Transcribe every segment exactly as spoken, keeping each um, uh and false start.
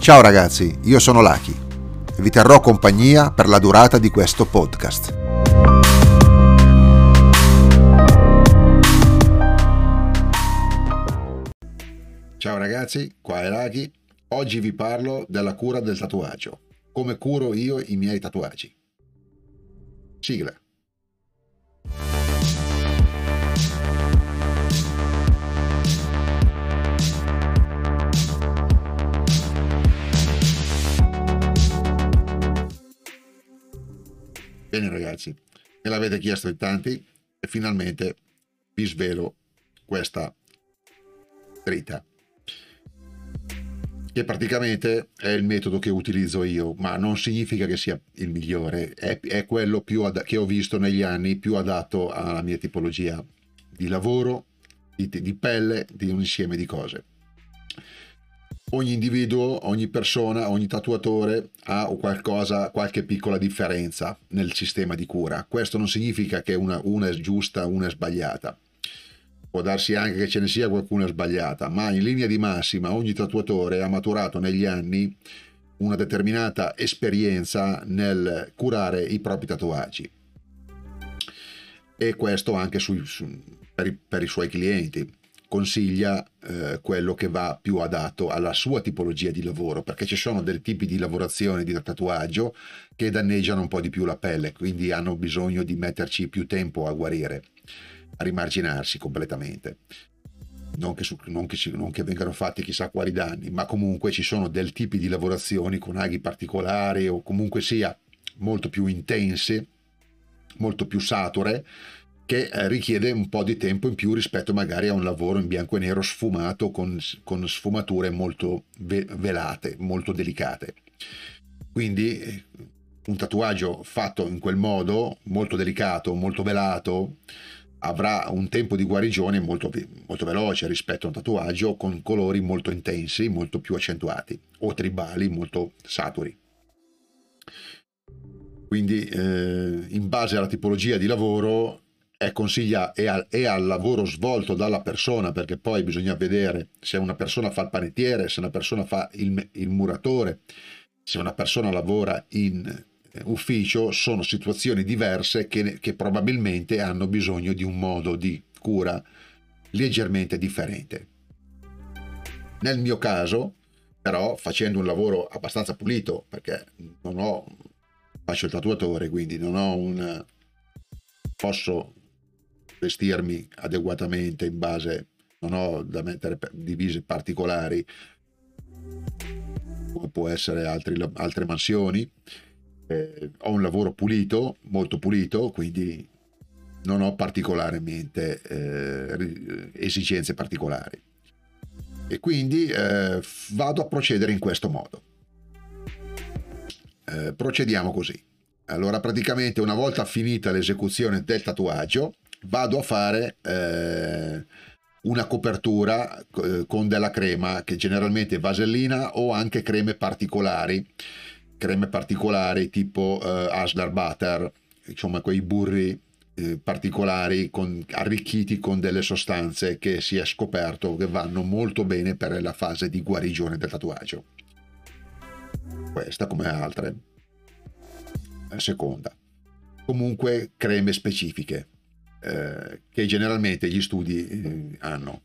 Ciao ragazzi, io sono Lucky e vi terrò compagnia per la durata di questo podcast. Ciao ragazzi, qua è Lucky. Oggi vi parlo della cura del tatuaggio. Come curo io i miei tatuaggi. Sigla. Bene ragazzi, me l'avete chiesto in tanti e finalmente vi svelo questa dritta, che praticamente è il metodo che utilizzo io, ma non significa che sia il migliore, è, è quello più ad, che ho visto negli anni più adatto alla mia tipologia di lavoro, di, di pelle, di un insieme di cose. Ogni individuo, ogni persona, ogni tatuatore ha qualcosa, qualche piccola differenza nel sistema di cura. Questo non significa che una, una è giusta, una è sbagliata. Può darsi anche che ce ne sia qualcuna sbagliata, ma in linea di massima ogni tatuatore ha maturato negli anni una determinata esperienza nel curare i propri tatuaggi. E questo anche sui, su, per, i, per i suoi clienti. Consiglia eh, quello che va più adatto alla sua tipologia di lavoro, perché ci sono dei tipi di lavorazione di tatuaggio che danneggiano un po' di più la pelle, quindi hanno bisogno di metterci più tempo a guarire, a rimarginarsi completamente. Non che, su, non, che si, non che vengano fatti chissà quali danni, ma comunque ci sono dei tipi di lavorazioni con aghi particolari o comunque sia molto più intense, molto più sature, che richiede un po' di tempo in più rispetto magari a un lavoro in bianco e nero sfumato con, con sfumature molto ve velate, molto delicate. Quindi un tatuaggio fatto in quel modo, molto delicato, molto velato, avrà un tempo di guarigione molto, molto veloce rispetto a un tatuaggio con colori molto intensi, molto più accentuati, o tribali molto saturi. Quindi eh, in base alla tipologia di lavoro è consiglia e al, e al lavoro svolto dalla persona, perché poi bisogna vedere se una persona fa il panettiere, se una persona fa il, il muratore, se una persona lavora in ufficio, sono situazioni diverse che, che probabilmente hanno bisogno di un modo di cura leggermente differente. Nel mio caso, però, facendo un lavoro abbastanza pulito, perché non ho, faccio il tatuatore, quindi non ho un, posso vestirmi adeguatamente in base, non ho da mettere divise particolari come può essere altri, altre mansioni, eh, ho un lavoro pulito, molto pulito, quindi non ho particolarmente eh, esigenze particolari e quindi eh, vado a procedere in questo modo. Eh, procediamo così. Allora praticamente una volta finita l'esecuzione del tatuaggio vado a fare eh, una copertura eh, con della crema, che generalmente è vasellina o anche creme particolari, creme particolari tipo eh, Ashdar Butter, insomma quei burri eh, particolari con, arricchiti con delle sostanze che si è scoperto che vanno molto bene per la fase di guarigione del tatuaggio. Questa come altre. La seconda. Comunque creme specifiche. Eh, che generalmente gli studi eh, hanno.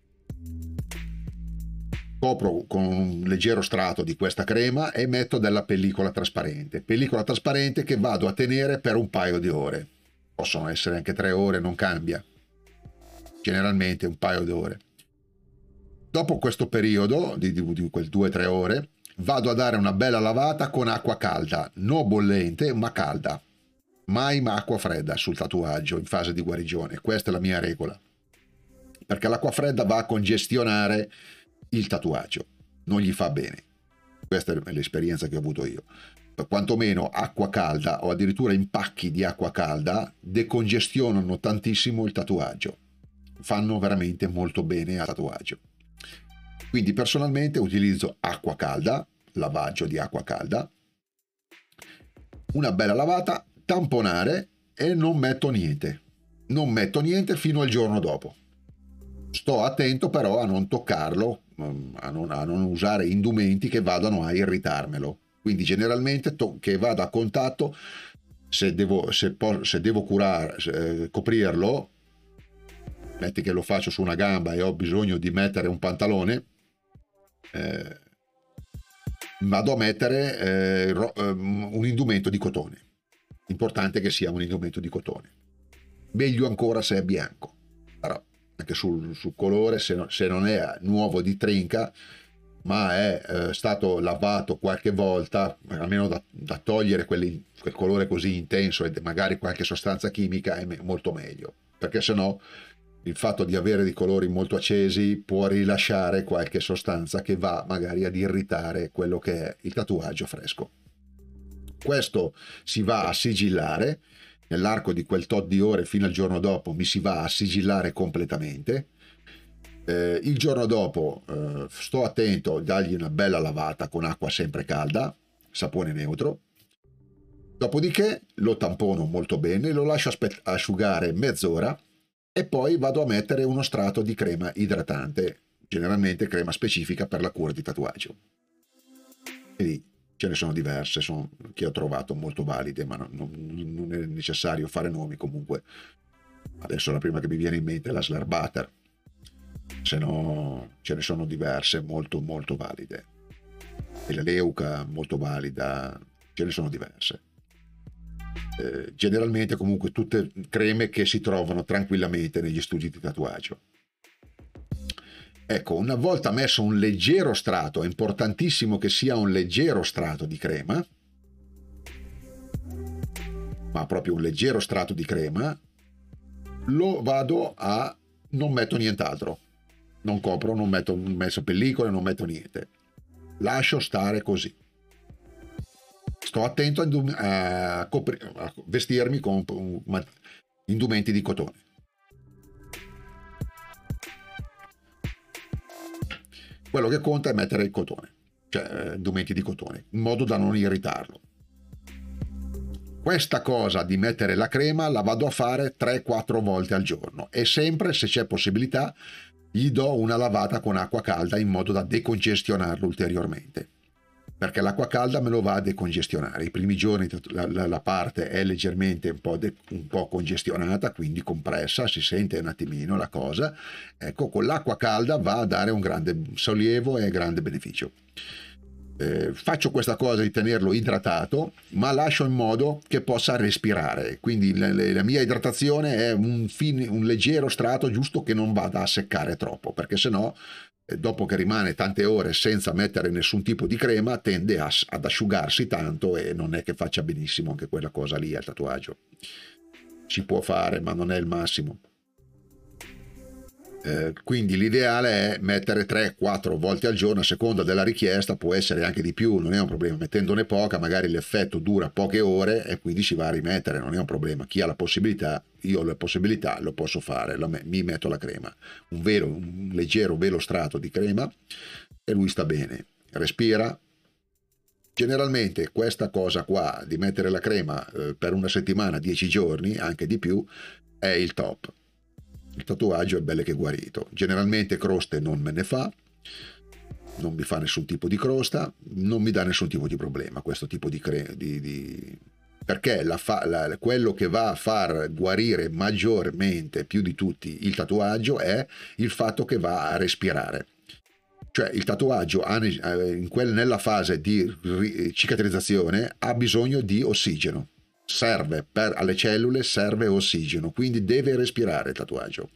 Copro con un leggero strato di questa crema e metto della pellicola trasparente, pellicola trasparente che vado a tenere per un paio di ore, possono essere anche tre ore, non cambia, generalmente un paio di ore. Dopo questo periodo di, di, di quel due tre ore vado a dare una bella lavata con acqua calda, non bollente ma calda. Mai ma acqua fredda sul tatuaggio in fase di guarigione, questa è la mia regola, perché l'acqua fredda va a congestionare il tatuaggio, non gli fa bene. Questa è l'esperienza che ho avuto io. Quantomeno acqua calda o addirittura impacchi di acqua calda decongestionano tantissimo il tatuaggio, fanno veramente molto bene al tatuaggio. Quindi personalmente utilizzo acqua calda, lavaggio di acqua calda, una bella lavata, tamponare e non metto niente, non metto niente fino al giorno dopo. sto attento però a non toccarlo, a non, a non usare indumenti che vadano a irritarmelo. Quindi generalmente che vada a contatto, se devo, se se devo curare, eh, coprirlo, metti che lo faccio su una gamba e ho bisogno di mettere un pantalone, eh, vado a mettere eh, ro, um, un indumento di cotone. Importante che sia un indumento di cotone. Meglio ancora se è bianco, però anche sul, sul colore, se, no, se non è nuovo di trinca, ma è eh, stato lavato qualche volta, almeno da, da togliere quelli, quel colore così intenso e magari qualche sostanza chimica, è me molto meglio, perché sennò il fatto di avere dei colori molto accesi può rilasciare qualche sostanza che va magari ad irritare quello che è il tatuaggio fresco. Questo si va a sigillare nell'arco di quel tot di ore, fino al giorno dopo mi si va a sigillare completamente. Eh, il giorno dopo eh, sto attento a dargli una bella lavata con acqua sempre calda, sapone neutro. Dopodiché lo tampono molto bene, lo lascio asciugare mezz'ora e poi vado a mettere uno strato di crema idratante, generalmente crema specifica per la cura di tatuaggio. Quindi ce ne sono diverse, sono, che ho trovato molto valide, ma non, non è necessario fare nomi. Comunque adesso la prima che mi viene in mente è la Slayer Butter, se no ce ne sono diverse molto molto valide, e la Leuca molto valida, ce ne sono diverse. Eh, generalmente comunque tutte creme che si trovano tranquillamente negli studi di tatuaggio. Ecco, una volta messo un leggero strato, è importantissimo che sia un leggero strato di crema, ma proprio un leggero strato di crema, lo vado a... non metto nient'altro, non copro, non metto, non metto pellicole, non metto niente, lascio stare così. Sto attento a, a, a vestirmi con indumenti di cotone. Quello che conta è mettere il cotone, cioè indumenti di cotone, in modo da non irritarlo. Questa cosa di mettere la crema la vado a fare tre quattro volte al giorno e sempre, se c'è possibilità, gli do una lavata con acqua calda in modo da decongestionarlo ulteriormente, perché l'acqua calda me lo va a decongestionare. I primi giorni la, la, la parte è leggermente un po', de, un po' congestionata, quindi compressa, si sente un attimino la cosa. Ecco, con l'acqua calda va a dare un grande sollievo e grande beneficio. Eh, faccio questa cosa di tenerlo idratato, ma lascio in modo che possa respirare, quindi la, la mia idratazione è un, fin, un leggero strato, giusto che non vada a seccare troppo, perché sennò dopo che rimane tante ore senza mettere nessun tipo di crema tende a, ad asciugarsi tanto e non è che faccia benissimo anche quella cosa lì al tatuaggio. Si può fare, ma non è il massimo. Eh, quindi l'ideale è mettere tre quattro volte al giorno a seconda della richiesta, può essere anche di più, non è un problema. Mettendone poca magari l'effetto dura poche ore e quindi si va a rimettere, non è un problema. Chi ha la possibilità, io ho la possibilità, lo posso fare, lo, mi metto la crema, un velo, un leggero velo strato di crema e lui sta bene, respira. Generalmente questa cosa qua di mettere la crema eh, per una settimana, dieci giorni, anche di più, è il top. Il tatuaggio è bello che guarito. Generalmente croste non me ne fa, non mi fa nessun tipo di crosta, non mi dà nessun tipo di problema questo tipo di, cre di, di... perché la fa, la, quello che va a far guarire maggiormente, più di tutti, il tatuaggio è il fatto che va a respirare. Cioè il tatuaggio ha, in quel, nella fase di cicatrizzazione ha bisogno di ossigeno. Serve per alle cellule, serve ossigeno, quindi deve respirare il tatuaggio,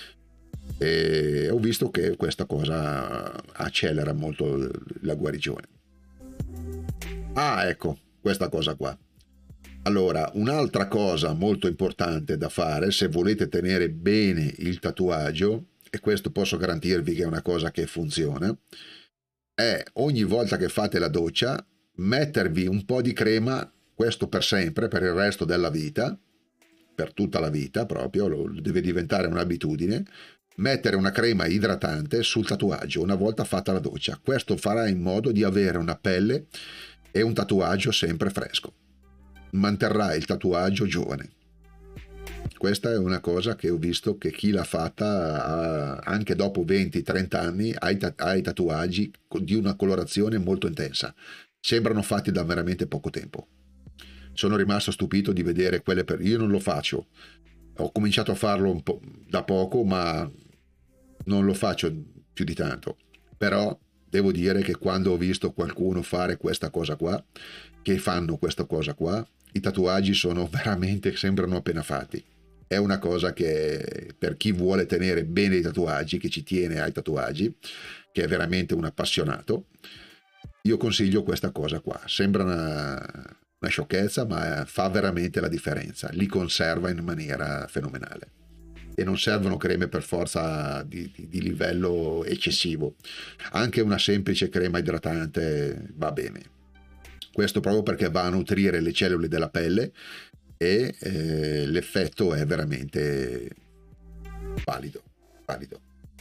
e ho visto che questa cosa accelera molto la guarigione. Ah, ecco, questa cosa qua. Allora, un'altra cosa molto importante da fare se volete tenere bene il tatuaggio, e questo posso garantirvi che è una cosa che funziona, è ogni volta che fate la doccia mettervi un po' di crema, questo per sempre, per il resto della vita, per tutta la vita proprio, lo, deve diventare un'abitudine, mettere una crema idratante sul tatuaggio una volta fatta la doccia. Questo farà in modo di avere una pelle e un tatuaggio sempre fresco, manterrà il tatuaggio giovane. Questa è una cosa che ho visto che chi l'ha fatta ha, anche dopo venti trenta anni ha i, ha i tatuaggi di una colorazione molto intensa. Sembrano fatti da veramente poco tempo. Sono rimasto stupito di vedere quelle per... Io non lo faccio. Ho cominciato a farlo un po' da poco, ma non lo faccio più di tanto. Però devo dire che quando ho visto qualcuno fare questa cosa qua, che fanno questa cosa qua, i tatuaggi sono veramente, sembrano appena fatti. È una cosa che per chi vuole tenere bene i tatuaggi, che ci tiene ai tatuaggi, che è veramente un appassionato, io consiglio questa cosa qua. Sembra una, una sciocchezza, ma fa veramente la differenza. Li conserva in maniera fenomenale. E non servono creme per forza di, di, di livello eccessivo. Anche una semplice crema idratante va bene. Questo proprio perché va a nutrire le cellule della pelle e eh, l'effetto è veramente valido, valido.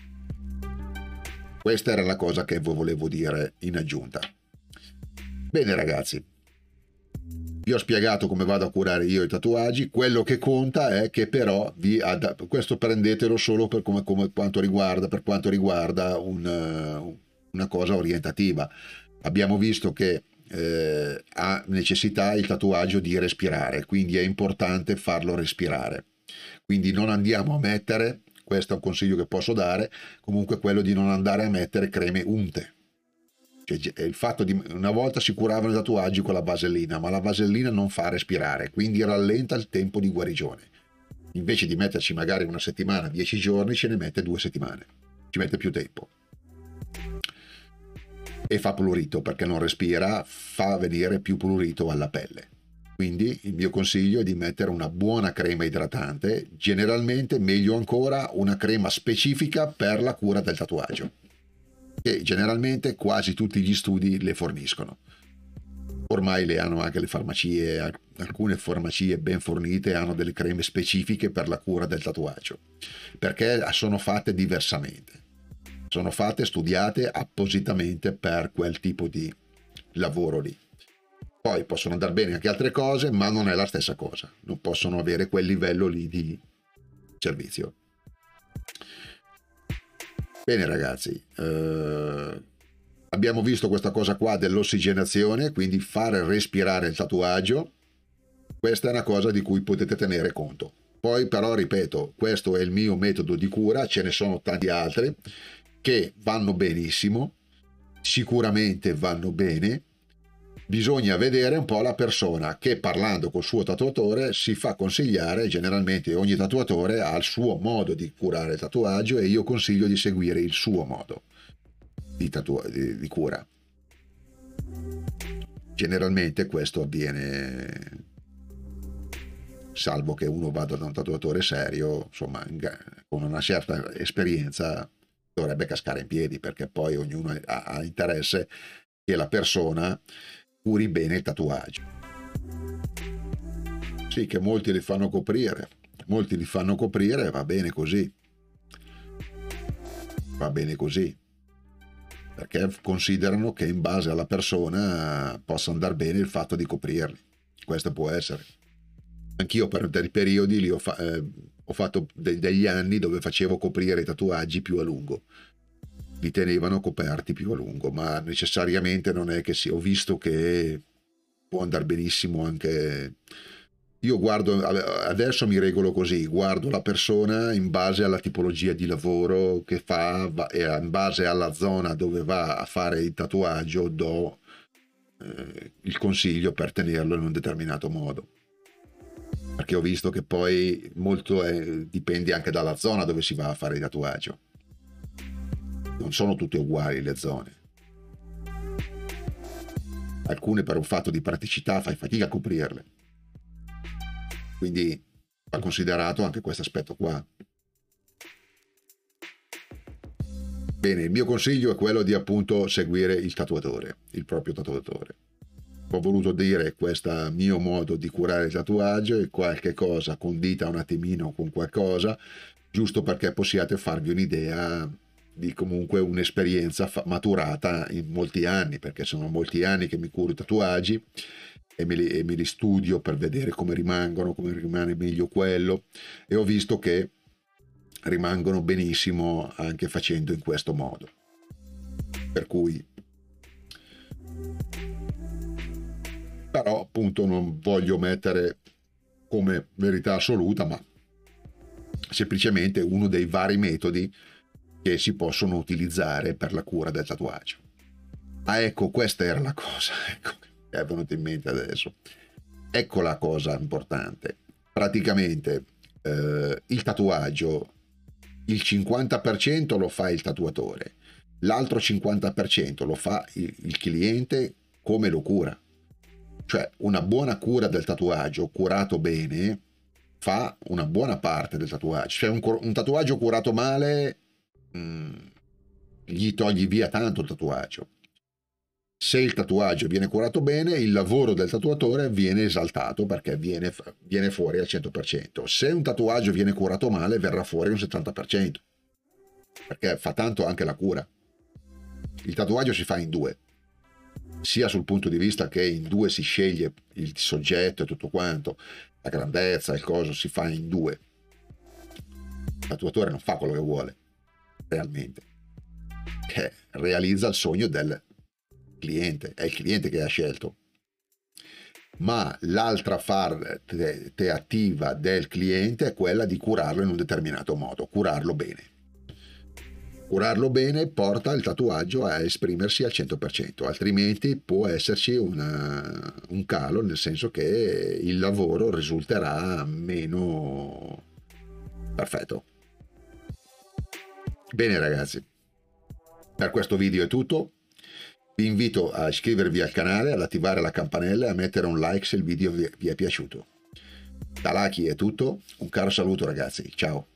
Questa era la cosa che volevo dire in aggiunta. Bene ragazzi, vi ho spiegato come vado a curare io i tatuaggi. Quello che conta è che però vi ad... questo prendetelo solo per come, come quanto riguarda per quanto riguarda un, una cosa orientativa. Abbiamo visto che eh, ha necessità il tatuaggio di respirare, quindi è importante farlo respirare. Quindi non andiamo a mettere, questo è un consiglio che posso dare, comunque quello di non andare a mettere creme unte. Cioè, il fatto di una volta si curavano i tatuaggi con la vasellina, ma la vasellina non fa respirare, quindi rallenta il tempo di guarigione. Invece di metterci magari una settimana, dieci giorni, ce ne mette due settimane, ci mette più tempo. E fa prurito, perché non respira, fa venire più prurito alla pelle. Quindi il mio consiglio è di mettere una buona crema idratante, generalmente meglio ancora una crema specifica per la cura del tatuaggio, che generalmente quasi tutti gli studi le forniscono. Ormai le hanno anche le farmacie, alcune farmacie ben fornite hanno delle creme specifiche per la cura del tatuaggio, perché sono fatte diversamente. Sono fatte, studiate appositamente per quel tipo di lavoro lì. Poi possono andare bene anche altre cose, ma non è la stessa cosa. Non possono avere quel livello lì di servizio. Bene ragazzi, eh, abbiamo visto questa cosa qua dell'ossigenazione, quindi fare respirare il tatuaggio. Questa è una cosa di cui potete tenere conto. Poi però, ripeto, questo è il mio metodo di cura, ce ne sono tanti altri che vanno benissimo, sicuramente vanno bene. Bisogna vedere un po' la persona che, parlando col suo tatuatore, si fa consigliare. Generalmente ogni tatuatore ha il suo modo di curare il tatuaggio e io consiglio di seguire il suo modo di, tatua- di, di cura. Generalmente questo avviene, salvo che uno vada da un tatuatore serio, insomma, con una certa esperienza, dovrebbe cascare in piedi, perché poi ognuno ha, ha interesse che la persona curi bene il tatuaggio. Sì, che molti li fanno coprire, molti li fanno coprire, va bene così, va bene così, perché considerano che in base alla persona possa andare bene il fatto di coprirli. Questo può essere. Anch'io per dei periodi li ho, fa eh, ho fatto de degli anni dove facevo coprire i tatuaggi più a lungo, li tenevano coperti più a lungo, ma necessariamente non è che sì. Ho visto che può andare benissimo anche. Io guardo, adesso mi regolo così, guardo la persona in base alla tipologia di lavoro che fa e in base alla zona dove va a fare il tatuaggio do eh, il consiglio per tenerlo in un determinato modo. Perché ho visto che poi molto è, dipende anche dalla zona dove si va a fare il tatuaggio. Non sono tutte uguali le zone. Alcune per un fatto di praticità fai fatica a coprirle. Quindi va considerato anche questo aspetto qua. Bene, il mio consiglio è quello di appunto seguire il tatuatore, il proprio tatuatore. Ho voluto dire questo mio modo di curare il tatuaggio e qualche cosa condita un attimino con qualcosa, giusto perché possiate farvi un'idea di comunque un'esperienza maturata in molti anni, perché sono molti anni che mi curo i tatuaggi e me li, e me li studio per vedere come rimangono, come rimane meglio quello, e ho visto che rimangono benissimo anche facendo in questo modo. Per cui, però appunto non voglio mettere come verità assoluta, ma semplicemente uno dei vari metodi che si possono utilizzare per la cura del tatuaggio. Ah, ecco, questa era la cosa, ecco, che è venuta in mente adesso. Ecco la cosa importante. Praticamente eh, il tatuaggio, il cinquanta per cento lo fa il tatuatore, l'altro cinquanta per cento lo fa il, il cliente come lo cura. Cioè una buona cura del tatuaggio, curato bene, fa una buona parte del tatuaggio. Cioè un, un tatuaggio curato male mh, gli togli via tanto il tatuaggio. Se il tatuaggio viene curato bene, il lavoro del tatuatore viene esaltato perché viene, viene fuori al cento per cento. Se un tatuaggio viene curato male, verrà fuori un settanta per cento, perché fa tanto anche la cura. Il tatuaggio si fa in due, sia sul punto di vista che in due si sceglie il soggetto e tutto quanto, la grandezza, il coso si fa in due. Il tatuatore non fa quello che vuole, realmente, che realizza il sogno del cliente, è il cliente che ha scelto. Ma l'altra parte attiva del cliente è quella di curarlo in un determinato modo, curarlo bene. Curarlo bene porta il tatuaggio a esprimersi al cento per cento, altrimenti può esserci una, un calo, nel senso che il lavoro risulterà meno perfetto. Bene ragazzi, per questo video è tutto. Vi invito a iscrivervi al canale, ad attivare la campanella e a mettere un like se il video vi è piaciuto. Da Lucky è tutto, un caro saluto ragazzi, ciao!